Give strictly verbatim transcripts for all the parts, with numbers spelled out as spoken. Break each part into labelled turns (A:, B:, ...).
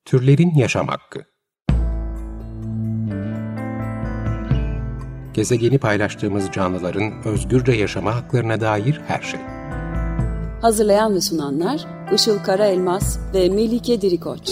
A: Türlerin yaşam hakkı. Gezegeni paylaştığımız canlıların özgürce yaşama haklarına dair her şey.
B: Hazırlayan ve sunanlar Işıl Karaelmaz ve Melike Dirikoç.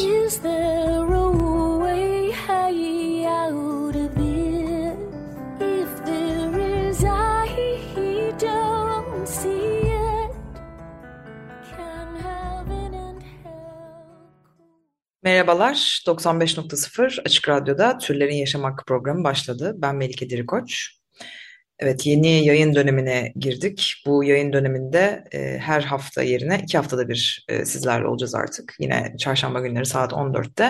C: Merhabalar, doksan beş nokta sıfır Açık Radyo'da Türlerin Yaşam Hakkı programı başladı. Ben Melike Dirikoç. Evet, yeni yayın dönemine girdik. Bu yayın döneminde e, her hafta yerine iki haftada bir e, sizlerle olacağız artık. Yine çarşamba günleri saat on dörtte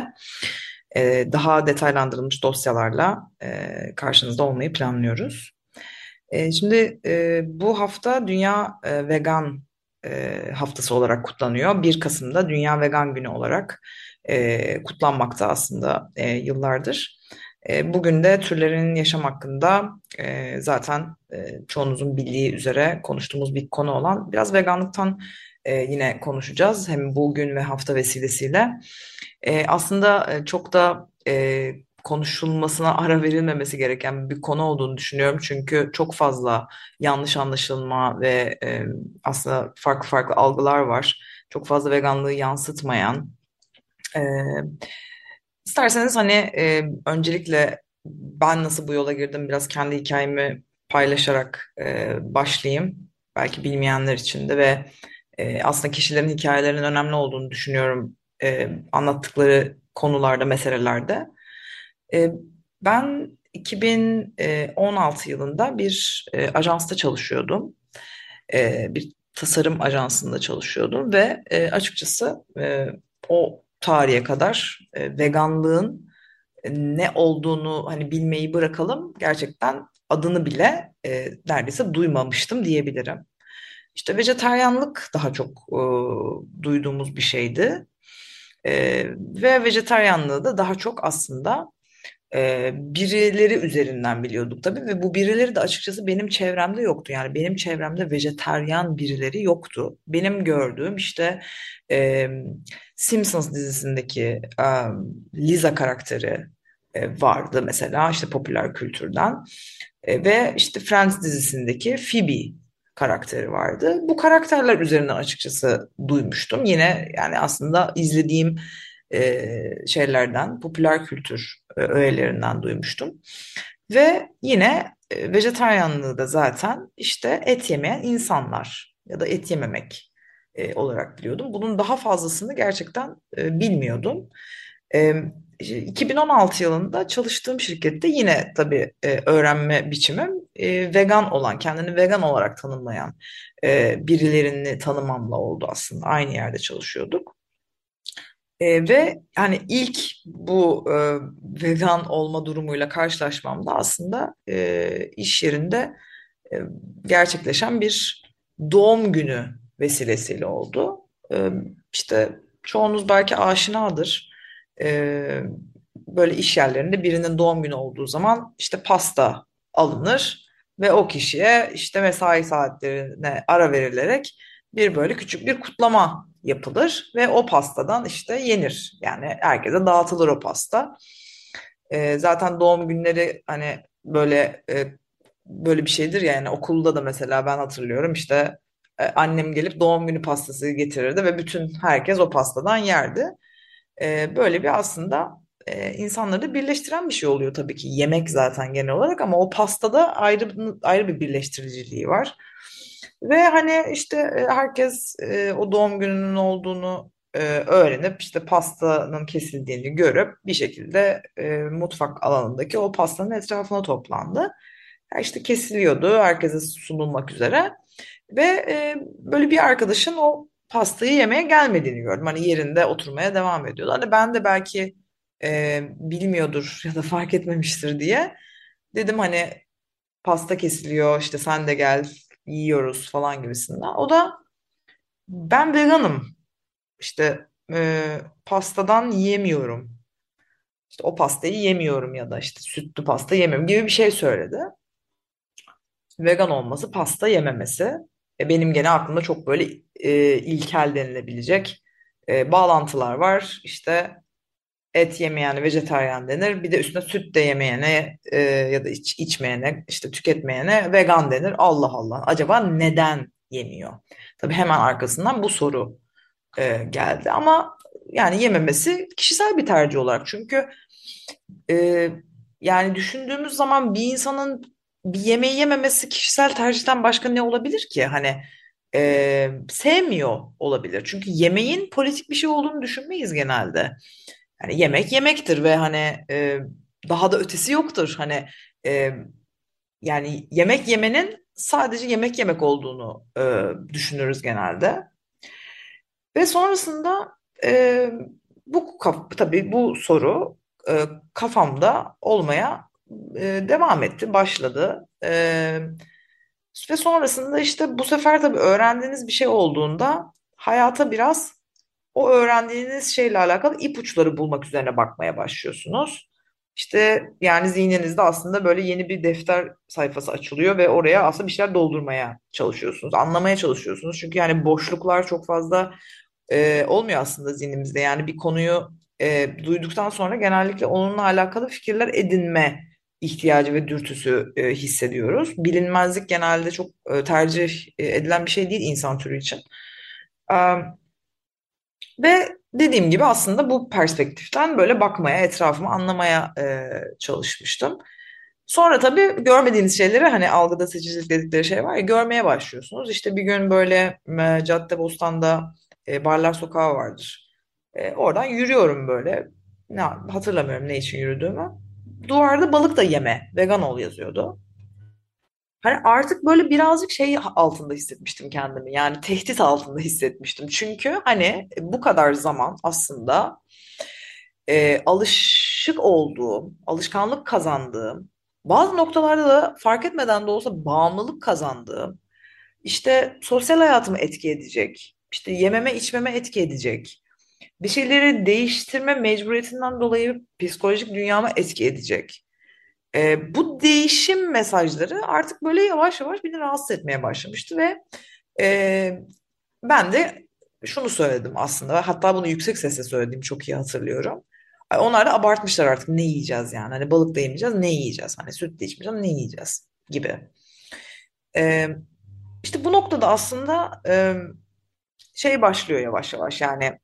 C: e, daha detaylandırılmış dosyalarla e, karşınızda olmayı planlıyoruz. E, şimdi e, bu hafta Dünya e, Vegan e, Haftası olarak kutlanıyor. bir Kasım'da Dünya Vegan Günü olarak e, kutlanmakta aslında e, yıllardır. E, bugün de türlerin yaşam hakkında e, zaten e, çoğunuzun bildiği üzere konuştuğumuz bir konu olan biraz veganlıktan e, yine konuşacağız. Hem bugün ve hafta vesilesiyle. E, aslında e, çok da e, konuşulmasına ara verilmemesi gereken bir konu olduğunu düşünüyorum. Çünkü çok fazla yanlış anlaşılma ve e, aslında farklı farklı algılar var. Çok fazla veganlığı yansıtmayan. E, isterseniz hani e, öncelikle ben nasıl bu yola girdim biraz kendi hikayemi paylaşarak e, başlayayım. Belki bilmeyenler için de ve e, aslında kişilerin hikayelerinin önemli olduğunu düşünüyorum e, anlattıkları konularda, meselelerde. E, ben iki bin on altı yılında bir e, ajansta çalışıyordum. E, bir tasarım ajansında çalışıyordum ve e, açıkçası e, o tarihe kadar e, veganlığın ne olduğunu hani bilmeyi bırakalım, gerçekten adını bile e, neredeyse duymamıştım diyebilirim. İşte vejetaryenlik daha çok e, duyduğumuz bir şeydi. E, ve vejetaryenliği da daha çok aslında e, birileri üzerinden biliyorduk tabii ve bu birileri de açıkçası benim çevremde yoktu. Yani benim çevremde vejetaryen birileri yoktu. Benim gördüğüm işte e, Simpsons dizisindeki e, Lisa karakteri e, vardı mesela işte popüler kültürden. E, ve işte Friends dizisindeki Phoebe karakteri vardı. Bu karakterler üzerinden açıkçası duymuştum. Yine yani aslında izlediğim e, şeylerden, popüler kültür e, öğelerinden duymuştum. Ve yine e, vejetaryenliği da zaten işte et yemeyen insanlar ya da et yememek e, olarak biliyordum. Bunun daha fazlasını gerçekten e, bilmiyordum. E, iki bin on altı yılında çalıştığım şirkette yine tabii e, öğrenme biçimim e, vegan olan, kendini vegan olarak tanımlayan e, birilerini tanımamla oldu aslında. Aynı yerde çalışıyorduk. E, ve hani ilk bu e, vegan olma durumuyla karşılaşmamda aslında e, iş yerinde e, gerçekleşen bir doğum günü vesilesiyle oldu. E, işte çoğunuz belki aşinadır. E, böyle iş yerlerinde birinin doğum günü olduğu zaman işte pasta alınır ve o kişiye işte mesai saatlerine ara verilerek bir böyle küçük bir kutlama yapılır ve o pastadan işte yenir. Yani herkese dağıtılır o pasta. E, zaten doğum günleri hani böyle e, böyle bir şeydir ya, yani okulda da mesela ben hatırlıyorum işte e, annem gelip doğum günü pastası getirirdi ve bütün herkes o pastadan yerdi. E, böyle bir aslında e, insanları birleştiren bir şey oluyor tabii ki yemek zaten genel olarak, ama o pastada ayrı ayrı bir birleştiriciliği var. Ve hani işte e, herkes e, o doğum gününün olduğunu e, öğrenip işte pastanın kesildiğini görüp bir şekilde e, mutfak alanındaki o pastanın etrafına toplandı. Ya işte kesiliyordu herkese sunulmak üzere ve e, böyle bir arkadaşın o pastayı yemeye gelmediğini gördüm. Hani yerinde oturmaya devam ediyordu. Hani ben de belki e, bilmiyordur ya da fark etmemiştir diye dedim hani pasta kesiliyor işte sen de gel yiyoruz falan gibisinden. O da ben veganım işte e, pastadan yiyemiyorum. İşte o pastayı yemiyorum ya da işte sütlü pasta yemiyorum gibi bir şey söyledi. Vegan olması, pasta yememesi. E, benim gene aklımda çok böyle e, ilkel denilebilecek e, bağlantılar var. İşte et yemeyene vejetaryen denir. Bir de üstüne süt de yemeyene e, ya da iç, içmeyene, işte tüketmeyene vegan denir. Allah Allah. Acaba neden yemiyor? Tabii hemen arkasından bu soru e, geldi. Ama yani yememesi kişisel bir tercih olarak. Çünkü e, yani düşündüğümüz zaman bir insanın bir yemeği yememesi kişisel tercihten başka ne olabilir ki? Hani e, sevmiyor olabilir. Çünkü yemeğin politik bir şey olduğunu düşünmeyiz genelde. Yani yemek yemektir ve hani e, daha da ötesi yoktur. Hani e, yani yemek yemenin sadece yemek yemek olduğunu e, düşünürüz genelde. Ve sonrasında e, bu kaf- tabii bu soru e, kafamda olmaya e, devam etti, başladı. E, ve sonrasında işte bu sefer tabii öğrendiğiniz bir şey olduğunda hayata biraz o öğrendiğiniz şeyle alakalı ipuçları bulmak üzerine bakmaya başlıyorsunuz. İşte yani zihninizde aslında böyle yeni bir defter sayfası açılıyor ve oraya aslında bir şeyler doldurmaya çalışıyorsunuz, anlamaya çalışıyorsunuz. Çünkü yani boşluklar çok fazla e, olmuyor aslında zihnimizde. Yani bir konuyu e, duyduktan sonra genellikle onunla alakalı fikirler edinme ihtiyacı ve dürtüsü e, hissediyoruz. Bilinmezlik genelde çok e, tercih e, edilen bir şey değil insan türü için. Ve dediğim gibi aslında bu perspektiften böyle bakmaya, etrafımı anlamaya e, çalışmıştım. Sonra tabii görmediğiniz şeyleri hani algıda seçicilik dedikleri şey var ya görmeye başlıyorsunuz. İşte bir gün böyle e, Caddebostan'da e, Barlar Sokağı vardır. E, oradan yürüyorum böyle. Ne, hatırlamıyorum ne için yürüdüğümü. Duvarda balık da yeme, vegan ol yazıyordu. Hani artık böyle birazcık şey altında hissetmiştim kendimi. Yani tehdit altında hissetmiştim. Çünkü hani bu kadar zaman aslında e, alışık olduğum, alışkanlık kazandığım, bazı noktalarda da fark etmeden de olsa bağımlılık kazandığım, işte sosyal hayatımı etki edecek, işte yememe içmeme etki edecek, bir şeyleri değiştirme mecburiyetinden dolayı psikolojik dünyama etki edecek. E, bu değişim mesajları artık böyle yavaş yavaş beni rahatsız etmeye başlamıştı ve e, ben de şunu söyledim aslında. Hatta bunu yüksek sesle söylediğimi çok iyi hatırlıyorum. Ay, onlar da abartmışlar artık ne yiyeceğiz yani. Hani balık da yemeyeceğiz ne yiyeceğiz? Hani süt de içmeyeceğiz ne yiyeceğiz gibi. E, işte bu noktada aslında e, şey başlıyor yavaş yavaş yani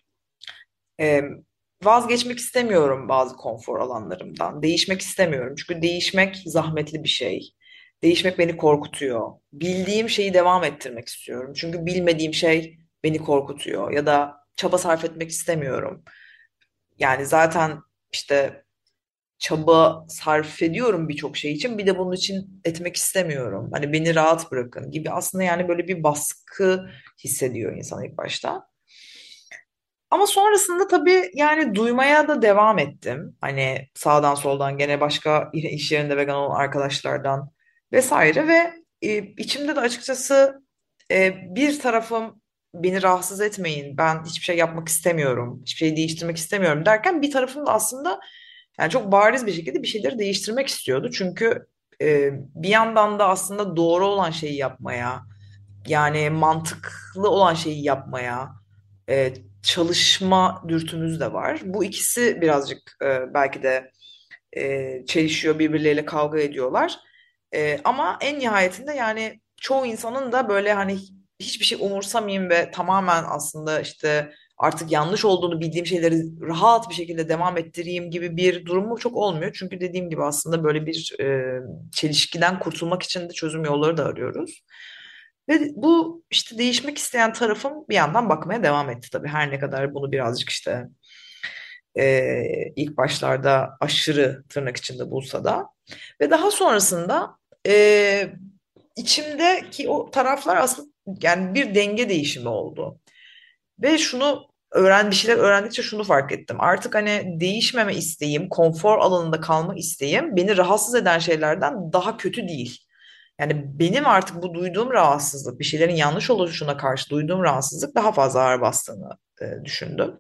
C: e, vazgeçmek istemiyorum bazı konfor alanlarımdan. Değişmek istemiyorum. Çünkü değişmek zahmetli bir şey. Değişmek beni korkutuyor. Bildiğim şeyi devam ettirmek istiyorum. Çünkü bilmediğim şey beni korkutuyor. Ya da çaba sarf etmek istemiyorum. Yani zaten işte çaba sarf ediyorum birçok şey için. Bir de bunun için etmek istemiyorum. Hani beni rahat bırakın gibi. Aslında yani böyle bir baskı hissediyor insan ilk başta. Ama sonrasında tabii yani duymaya da devam ettim. Hani sağdan soldan gene başka yine iş yerinde vegan olan arkadaşlardan vesaire ve e, içimde de açıkçası e, bir tarafım beni rahatsız etmeyin, ben hiçbir şey yapmak istemiyorum, hiçbir şey değiştirmek istemiyorum derken bir tarafım da aslında yani çok bariz bir şekilde bir şeyleri değiştirmek istiyordu. Çünkü e, bir yandan da aslında doğru olan şeyi yapmaya, yani mantıklı olan şeyi yapmaya e, çalışma dürtümüz de var. Bu ikisi birazcık e, belki de e, çelişiyor, birbirleriyle kavga ediyorlar. E, ama en nihayetinde yani çoğu insanın da böyle hani hiçbir şey umursamayayım ve tamamen aslında işte artık yanlış olduğunu bildiğim şeyleri rahat bir şekilde devam ettireyim gibi bir durumu çok olmuyor. Çünkü dediğim gibi aslında böyle bir e, çelişkiden kurtulmak için de çözüm yolları da arıyoruz. Ve bu işte değişmek isteyen tarafım bir yandan bakmaya devam etti tabii. Her ne kadar bunu birazcık işte e, ilk başlarda aşırı tırnak içinde bulsa da. Ve daha sonrasında e, içimdeki o taraflar aslında yani bir denge değişimi oldu. Ve şunu öğren bir şeyler öğrendikçe şunu fark ettim. Artık hani değişmeme isteğim, konfor alanında kalma isteğim beni rahatsız eden şeylerden daha kötü değil. Yani benim artık bu duyduğum rahatsızlık, bir şeylerin yanlış oluşuna karşı duyduğum rahatsızlık daha fazla ağır bastığını e, düşündüm.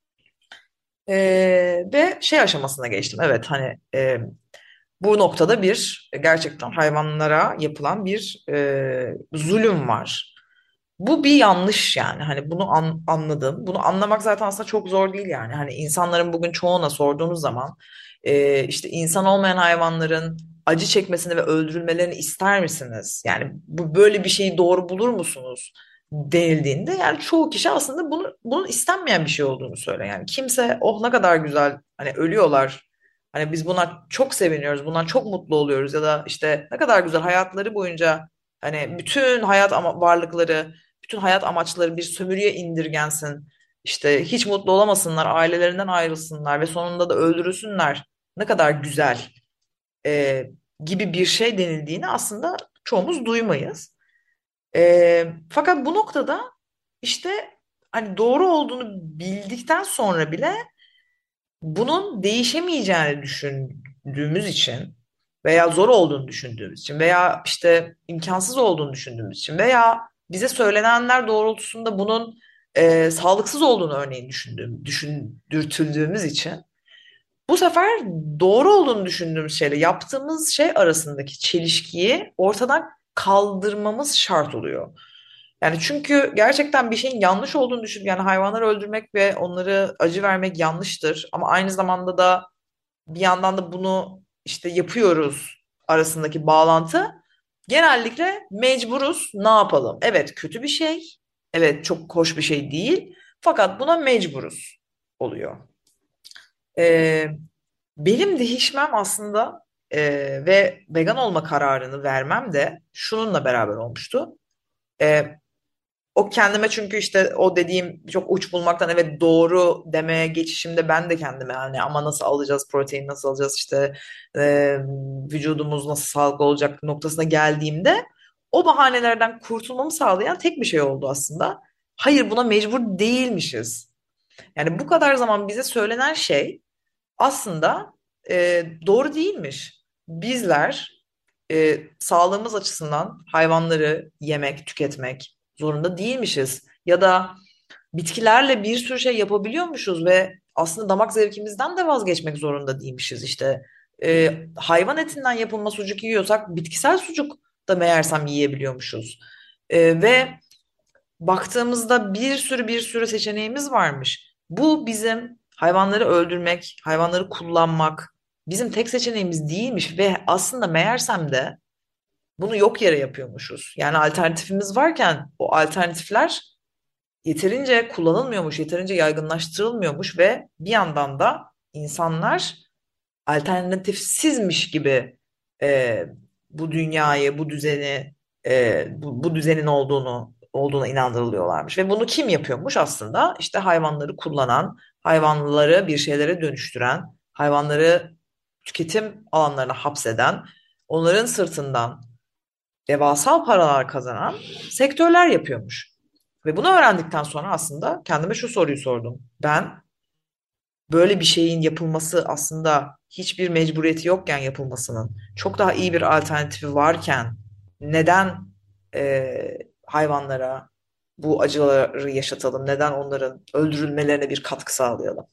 C: E, ve şey aşamasına geçtim. Evet hani e, bu noktada bir gerçekten hayvanlara yapılan bir e, zulüm var. Bu bir yanlış yani. Hani bunu an- anladım. Bunu anlamak zaten aslında çok zor değil yani. Hani insanların bugün çoğuna sorduğunuz zaman e, işte insan olmayan hayvanların acı çekmesini ve öldürülmelerini ister misiniz? Yani bu böyle bir şeyi doğru bulur musunuz denildiğinde yani çoğu kişi aslında bunu bunun istenmeyen bir şey olduğunu söylüyor. Yani kimse oh ne kadar güzel hani ölüyorlar. Hani biz buna çok seviniyoruz. Bundan çok mutlu oluyoruz ya da işte ne kadar güzel hayatları boyunca hani bütün hayat ama varlıkları bütün hayat amaçları bir sömürüye indirgensin. İşte hiç mutlu olamasınlar, ailelerinden ayrılsınlar ve sonunda da öldürülsünler. Ne kadar güzel e, gibi bir şey denildiğini aslında çoğumuz duymayız. E, fakat bu noktada işte hani doğru olduğunu bildikten sonra bile bunun değişemeyeceğini düşündüğümüz için veya zor olduğunu düşündüğümüz için veya işte imkansız olduğunu düşündüğümüz için veya bize söylenenler doğrultusunda bunun e, sağlıksız olduğunu örneğin düşündüğüm, düşündürtüldüğümüz için bu sefer doğru olduğunu düşündüğümüz şeyle yaptığımız şey arasındaki çelişkiyi ortadan kaldırmamız şart oluyor. Yani çünkü gerçekten bir şeyin yanlış olduğunu düşün. Yani hayvanları öldürmek ve onları acı vermek yanlıştır. Ama aynı zamanda da bir yandan da bunu işte yapıyoruz arasındaki bağlantı genellikle mecburuz. Ne yapalım? Evet kötü bir şey. Evet çok hoş bir şey değil. Fakat buna mecburuz oluyor. Ee, Benim değişmem aslında e, ve vegan olma kararını vermem de şununla beraber olmuştu. E, O kendime çünkü işte o dediğim çok uç bulmaktan evet doğru demeye geçişimde ben de kendime yani ama nasıl alacağız protein nasıl alacağız işte e, vücudumuz nasıl sağlıklı olacak noktasına geldiğimde o bahanelerden kurtulmamı sağlayan tek bir şey oldu aslında. Hayır buna mecbur değilmişiz. Yani bu kadar zaman bize söylenen şey aslında e, doğru değilmiş. Bizler e, sağlığımız açısından hayvanları yemek, tüketmek zorunda değilmişiz. Ya da bitkilerle bir sürü şey yapabiliyormuşuz ve aslında damak zevkimizden de vazgeçmek zorunda değilmişiz. İşte e, hayvan etinden yapılma sucuk yiyorsak bitkisel sucuk da meğersem yiyebiliyormuşuz. E, ve baktığımızda bir sürü bir sürü seçeneğimiz varmış. Bu bizim hayvanları öldürmek, hayvanları kullanmak bizim tek seçeneğimiz değilmiş ve aslında meğersem de bunu yok yere yapıyormuşuz. Yani alternatifimiz varken o alternatifler yeterince kullanılmıyormuş, yeterince yaygınlaştırılmıyormuş ve bir yandan da insanlar alternatifsizmiş gibi e, bu dünyayı, bu düzeni, e, bu, bu düzenin olduğunu olduğuna inandırılıyorlarmış. Ve bunu kim yapıyormuş aslında? İşte hayvanları kullanan, hayvanları bir şeylere dönüştüren, hayvanları tüketim alanlarına hapseden, onların sırtından devasa paralar kazanan sektörler yapıyormuş. Ve bunu öğrendikten sonra aslında kendime şu soruyu sordum. Ben böyle bir şeyin yapılması aslında hiçbir mecburiyeti yokken yapılmasının çok daha iyi bir alternatifi varken neden e, hayvanlara bu acıları yaşatalım? Neden onların öldürülmelerine bir katkı sağlayalım?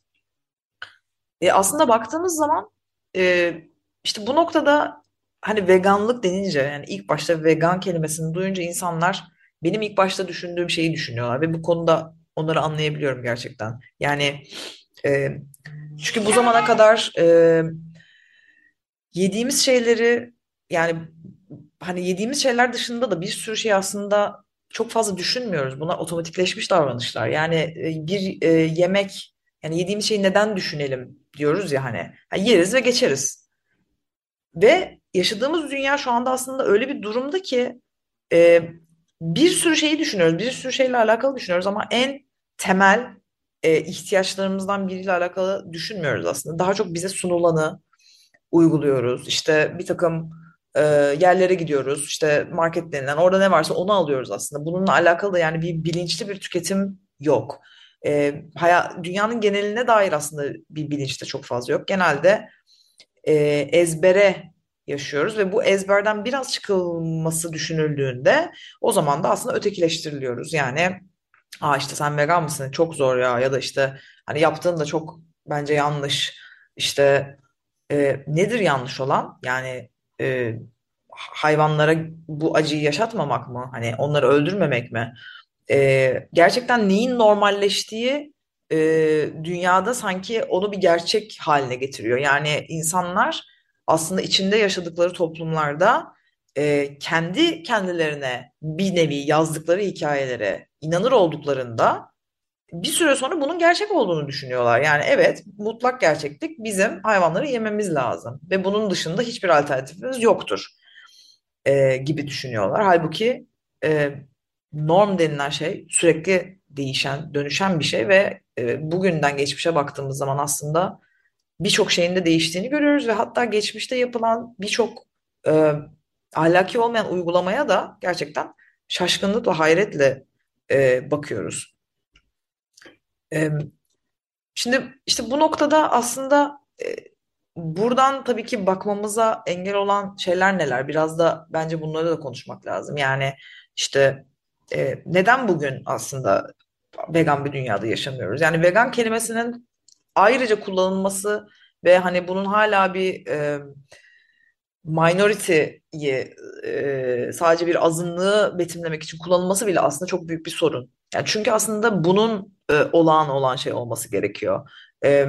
C: E, aslında baktığımız zaman e, işte bu noktada hani veganlık denince yani ilk başta vegan kelimesini duyunca insanlar benim ilk başta düşündüğüm şeyi düşünüyorlar ve bu konuda onları anlayabiliyorum gerçekten. Yani e, çünkü bu zamana kadar e, yediğimiz şeyleri yani hani yediğimiz şeyler dışında da bir sürü şey aslında çok fazla düşünmüyoruz. Bunlar otomatikleşmiş davranışlar. Yani e, bir e, yemek yani yediğimiz şeyi neden düşünelim diyoruz ya hani. Ha, yeriz ve geçeriz. Ve yaşadığımız dünya şu anda aslında öyle bir durumda ki e, bir sürü şeyi düşünüyoruz. Bir sürü şeyle alakalı düşünüyoruz ama en temel e, ihtiyaçlarımızdan biriyle alakalı düşünmüyoruz aslında. Daha çok bize sunulanı uyguluyoruz. İşte bir takım e, yerlere gidiyoruz. İşte market denilen orada ne varsa onu alıyoruz aslında. Bununla alakalı da yani bir bilinçli bir tüketim yok. E, haya- dünyanın geneline dair aslında bir bilinç de çok fazla yok. Genelde e, ezbere yaşıyoruz ve bu ezberden biraz çıkılması düşünüldüğünde o zaman da aslında ötekileştiriliyoruz. Yani aa işte sen vegan mısın? Çok zor ya ya da işte hani yaptığın da çok bence yanlış. İşte e, nedir yanlış olan? Yani e, hayvanlara bu acıyı yaşatmamak mı? Hani onları öldürmemek mi? E, gerçekten neyin normalleştiği e, dünyada sanki onu bir gerçek haline getiriyor. Yani insanlar aslında içinde yaşadıkları toplumlarda e, kendi kendilerine bir nevi yazdıkları hikayelere inanır olduklarında bir süre sonra bunun gerçek olduğunu düşünüyorlar. Yani evet, mutlak gerçeklik bizim hayvanları yememiz lazım ve bunun dışında hiçbir alternatifimiz yoktur e, gibi düşünüyorlar. Halbuki e, norm denilen şey sürekli değişen, dönüşen bir şey ve e, bugünden geçmişe baktığımız zaman aslında birçok şeyin de değiştiğini görüyoruz ve hatta geçmişte yapılan birçok e, ahlaki olmayan uygulamaya da gerçekten şaşkınlık ve hayretle e, bakıyoruz. E, Şimdi işte bu noktada aslında e, buradan tabii ki bakmamıza engel olan şeyler neler? Biraz da bence bunları da konuşmak lazım. Yani işte e, neden bugün aslında vegan bir dünyada yaşamıyoruz? Yani vegan kelimesinin ayrıca kullanılması ve hani bunun hala bir e, minority'yi e, sadece bir azınlığı betimlemek için kullanılması bile aslında çok büyük bir sorun. Yani çünkü aslında bunun e, olağan olan şey olması gerekiyor. E,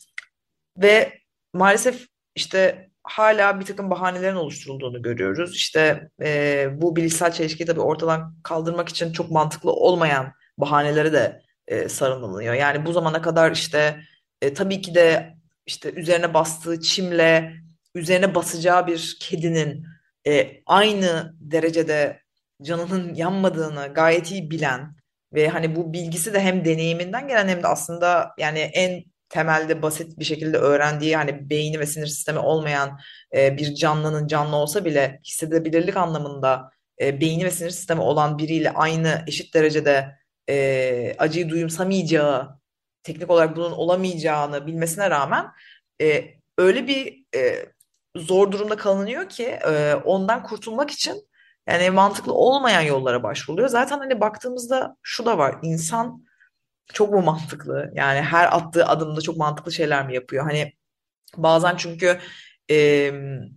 C: Ve maalesef işte hala bir takım bahanelerin oluşturulduğunu görüyoruz. İşte e, bu bilişsel çelişkiyi tabii ortadan kaldırmak için çok mantıklı olmayan bahanelere de e, sarılınıyor. Yani bu zamana kadar işte e, tabii ki de işte üzerine bastığı çimle üzerine basacağı bir kedinin e, aynı derecede canının yanmadığını gayet iyi bilen ve hani bu bilgisi de hem deneyiminden gelen hem de aslında yani en temelde basit bir şekilde öğrendiği hani beyni ve sinir sistemi olmayan e, bir canlının canlı olsa bile hissedebilirlik anlamında e, beyni ve sinir sistemi olan biriyle aynı eşit derecede e, acıyı duyumsamayacağı, teknik olarak bunun olamayacağını bilmesine rağmen e, öyle bir e, zor durumda kalınıyor ki e, ondan kurtulmak için yani mantıklı olmayan yollara başvuruluyor. Zaten hani baktığımızda şu da var. İnsan çok mu mantıklı? Yani her attığı adımda çok mantıklı şeyler mi yapıyor? Hani bazen çünkü e,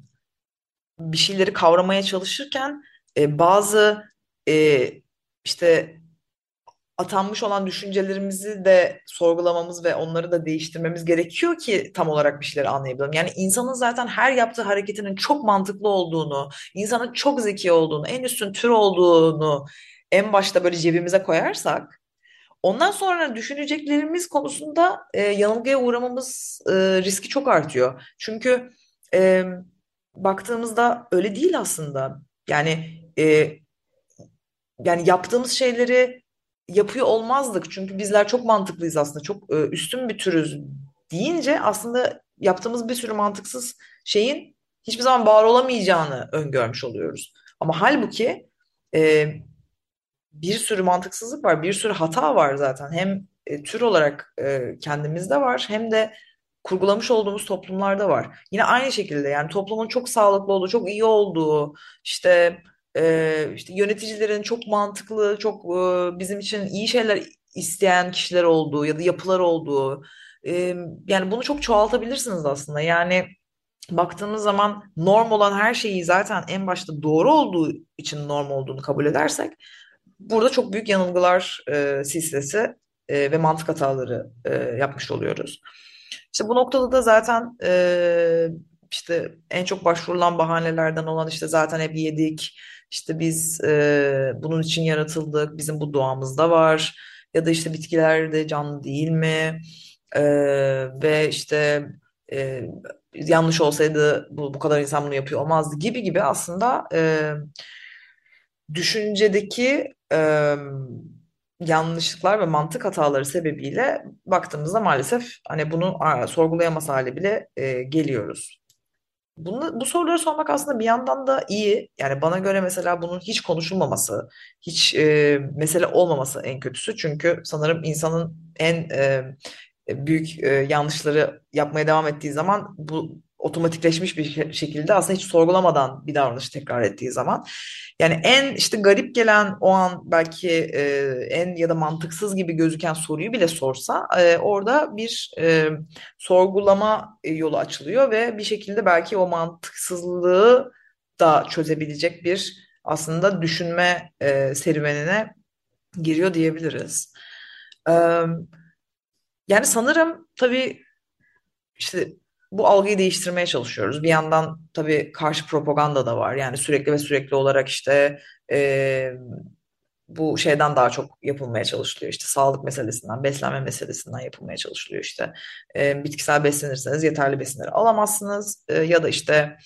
C: bir şeyleri kavramaya çalışırken e, bazı e, işte atanmış olan düşüncelerimizi de sorgulamamız ve onları da değiştirmemiz gerekiyor ki tam olarak bir şeyleri anlayabilirim. Yani insanın zaten her yaptığı hareketinin çok mantıklı olduğunu, insanın çok zeki olduğunu, en üstün tür olduğunu en başta böyle cebimize koyarsak ondan sonra düşüneceklerimiz konusunda e, yanılgıya uğramamız e, riski çok artıyor. Çünkü e, baktığımızda öyle değil aslında. Yani e, yani yaptığımız şeyleri yapıyor olmazdık. Çünkü bizler çok mantıklıyız aslında. Çok e, üstün bir türüz deyince aslında yaptığımız bir sürü mantıksız şeyin hiçbir zaman var olamayacağını öngörmüş oluyoruz. Ama halbuki e, bir sürü mantıksızlık var, bir sürü hata var zaten. Hem e, tür olarak e, kendimizde var, hem de kurgulamış olduğumuz toplumlarda var. Yine aynı şekilde yani toplumun çok sağlıklı olduğu, çok iyi olduğu, işte e, işte yöneticilerin çok mantıklı, çok e, bizim için iyi şeyler isteyen kişiler olduğu ya da yapılar olduğu. E, Yani bunu çok çoğaltabilirsiniz aslında. Yani baktığımız zaman norm olan her şeyi zaten en başta doğru olduğu için norm olduğunu kabul edersek burada çok büyük yanılgılar e, silsilesi e, ve mantık hataları e, yapmış oluyoruz. İşte bu noktada da zaten e, işte en çok başvurulan bahanelerden olan işte zaten hep yedik, işte biz e, bunun için yaratıldık, bizim bu doğamızda var ya da işte bitkiler de canlı değil mi? E, Ve işte e, yanlış olsaydı bu, bu kadar insan bunu yapıyor olmazdı gibi gibi aslında e, düşüncedeki e, yanlışlıklar ve mantık hataları sebebiyle baktığımızda maalesef hani bunu a, sorgulayamaz hale bile e, geliyoruz. Bunu, bu soruları sormak aslında bir yandan da iyi. Yani bana göre mesela bunun hiç konuşulmaması, hiç e, mesele olmaması en kötüsü. Çünkü sanırım insanın en e, büyük e, yanlışları yapmaya devam ettiği zaman bu otomatikleşmiş bir şe- şekilde aslında hiç sorgulamadan bir davranış tekrar ettiği zaman yani en işte garip gelen o an belki e, en ya da mantıksız gibi gözüken soruyu bile sorsa e, orada bir e, sorgulama e, yolu açılıyor ve bir şekilde belki o mantıksızlığı da çözebilecek bir aslında düşünme e, serüvenine giriyor diyebiliriz. Ee, Yani sanırım tabii işte bu algıyı değiştirmeye çalışıyoruz. Bir yandan tabii karşı propaganda da var. Yani sürekli ve sürekli olarak işte e, bu şeyden daha çok yapılmaya çalışılıyor. İşte sağlık meselesinden, beslenme meselesinden yapılmaya çalışılıyor işte. E, bitkisel beslenirseniz yeterli besinleri alamazsınız. E, ya da işte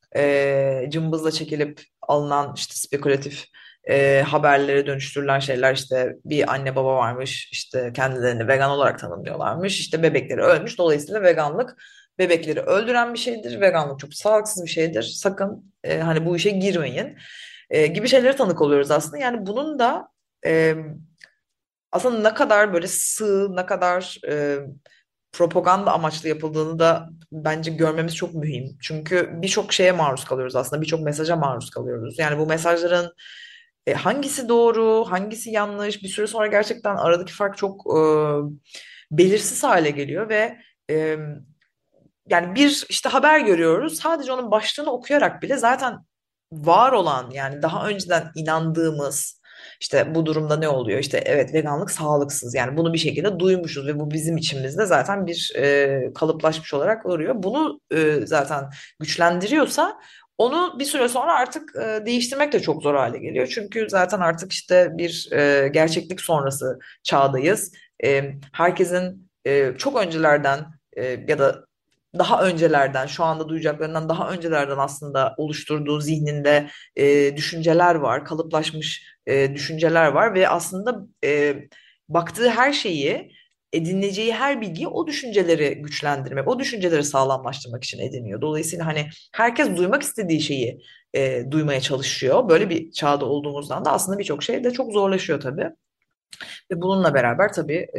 C: e, cımbızla çekilip alınan işte spekülatif e, haberlere dönüştürülen şeyler, işte bir anne baba varmış, işte kendilerini vegan olarak tanımlıyorlarmış, işte bebekleri ölmüş, dolayısıyla veganlık bebekleri öldüren bir şeydir, veganlık çok sağlıksız bir şeydir, sakın e, hani bu işe girmeyin e, gibi şeylere tanık oluyoruz aslında. Yani bunun da e, aslında ne kadar böyle sığ, ne kadar e, propaganda amaçlı yapıldığını da bence görmemiz çok mühim. Çünkü birçok şeye maruz kalıyoruz aslında, birçok mesaja maruz kalıyoruz. Yani bu mesajların e, hangisi doğru, hangisi yanlış, bir süre sonra gerçekten aradaki fark çok e, belirsiz hale geliyor ve e, yani bir işte haber görüyoruz. Sadece onun başlığını okuyarak bile zaten var olan, yani daha önceden inandığımız, işte bu durumda ne oluyor? İşte evet, veganlık sağlıksız. Yani bunu bir şekilde duymuşuz ve bu bizim içimizde zaten bir e, kalıplaşmış olarak duruyor. Bunu e, zaten güçlendiriyorsa onu bir süre sonra artık e, değiştirmek de çok zor hale geliyor. Çünkü zaten artık işte bir e, gerçeklik sonrası çağdayız. E, herkesin e, çok öncelerden e, ya da daha öncelerden, şu anda duyacaklarından daha öncelerden aslında oluşturduğu zihninde e, düşünceler var, kalıplaşmış e, düşünceler var ve aslında e, baktığı her şeyi, edineceği her bilgiyi o düşünceleri güçlendirmek, o düşünceleri sağlamlaştırmak için ediniyor. Dolayısıyla hani herkes duymak istediği şeyi e, duymaya çalışıyor. Böyle bir çağda olduğumuzdan da aslında birçok şey de çok zorlaşıyor tabii. Ve bununla beraber tabii e,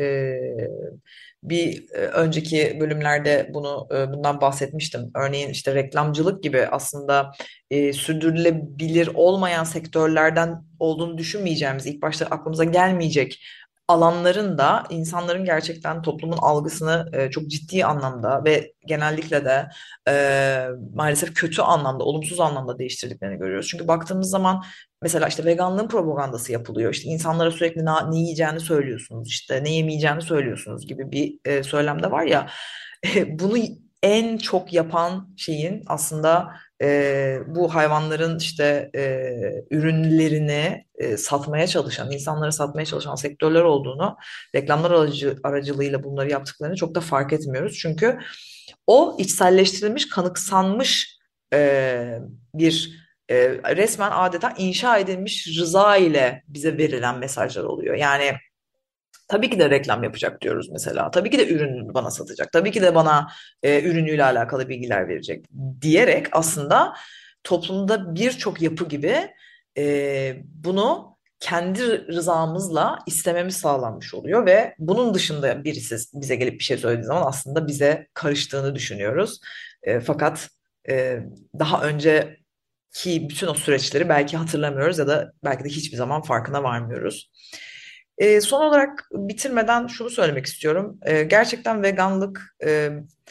C: bir e, önceki bölümlerde bunu e, bundan bahsetmiştim. Örneğin işte reklamcılık gibi aslında e, sürdürülebilir olmayan sektörlerden olduğunu düşünmeyeceğimiz, ilk başta aklımıza gelmeyecek alanların da insanların gerçekten toplumun algısını e, çok ciddi anlamda ve genellikle de e, maalesef kötü anlamda, olumsuz anlamda değiştirdiklerini görüyoruz. Çünkü baktığımız zaman mesela işte veganlığın propagandası yapılıyor. İşte insanlara sürekli ne, ne yiyeceğini söylüyorsunuz, işte ne yemeyeceğini söylüyorsunuz gibi bir e, söylem de var ya. Bunu en çok yapan şeyin aslında e, bu hayvanların işte e, ürünlerini e, satmaya çalışan, insanlara satmaya çalışan sektörler olduğunu, reklamlar aracı, aracılığıyla bunları yaptıklarını çok da fark etmiyoruz. Çünkü o içselleştirilmiş, kanıksanmış e, bir e, resmen adeta inşa edilmiş rıza ile bize verilen mesajlar oluyor. Yani tabii ki de reklam yapacak diyoruz mesela. Tabii ki de ürününü bana satacak. Tabii ki de bana e, ürünüyle alakalı bilgiler verecek diyerek aslında toplumda birçok yapı gibi e, bunu kendi rızamızla istememiz sağlanmış oluyor ve bunun dışında birisi bize gelip bir şey söylediği zaman aslında bize karıştığını düşünüyoruz. E, fakat e, daha önceki bütün o süreçleri belki hatırlamıyoruz ya da belki de hiçbir zaman farkına varmıyoruz. E, son olarak bitirmeden şunu söylemek istiyorum. E, gerçekten veganlık e,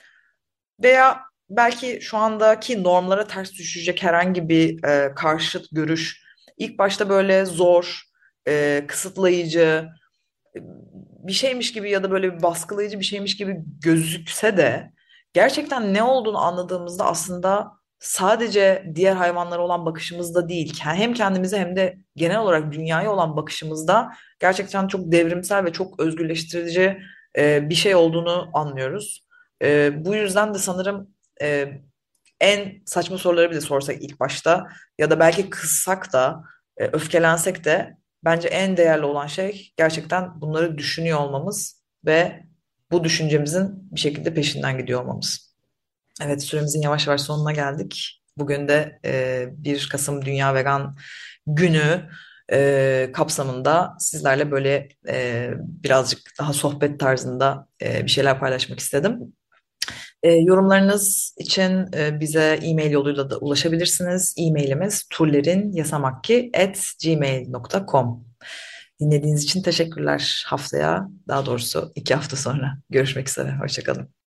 C: veya belki şu andaki normlara ters düşecek herhangi bir e, karşıt görüş ilk başta böyle zor, e, kısıtlayıcı e, bir şeymiş gibi ya da böyle bir baskılayıcı bir şeymiş gibi gözükse de gerçekten ne olduğunu anladığımızda aslında sadece diğer hayvanlara olan bakışımızda değil, ke- hem kendimize hem de genel olarak dünyaya olan bakışımızda gerçekten çok devrimsel ve çok özgürleştirici e, bir şey olduğunu anlıyoruz. E, bu yüzden de sanırım e, en saçma soruları bile sorsak ilk başta ya da belki kızsak da e, öfkelensek de bence en değerli olan şey gerçekten bunları düşünüyor olmamız ve bu düşüncemizin bir şekilde peşinden gidiyor olmamız. Evet, süremizin yavaş yavaş sonuna geldik. Bugün de e, bir Kasım Dünya Vegan Günü e, kapsamında sizlerle böyle e, birazcık daha sohbet tarzında e, bir şeyler paylaşmak istedim. E, yorumlarınız için e, bize e-mail yoluyla da ulaşabilirsiniz. E-mailimiz turlerinyasamakki at gmail nokta com. Dinlediğiniz için teşekkürler. Haftaya, daha doğrusu iki hafta sonra görüşmek üzere. Hoşça kalın.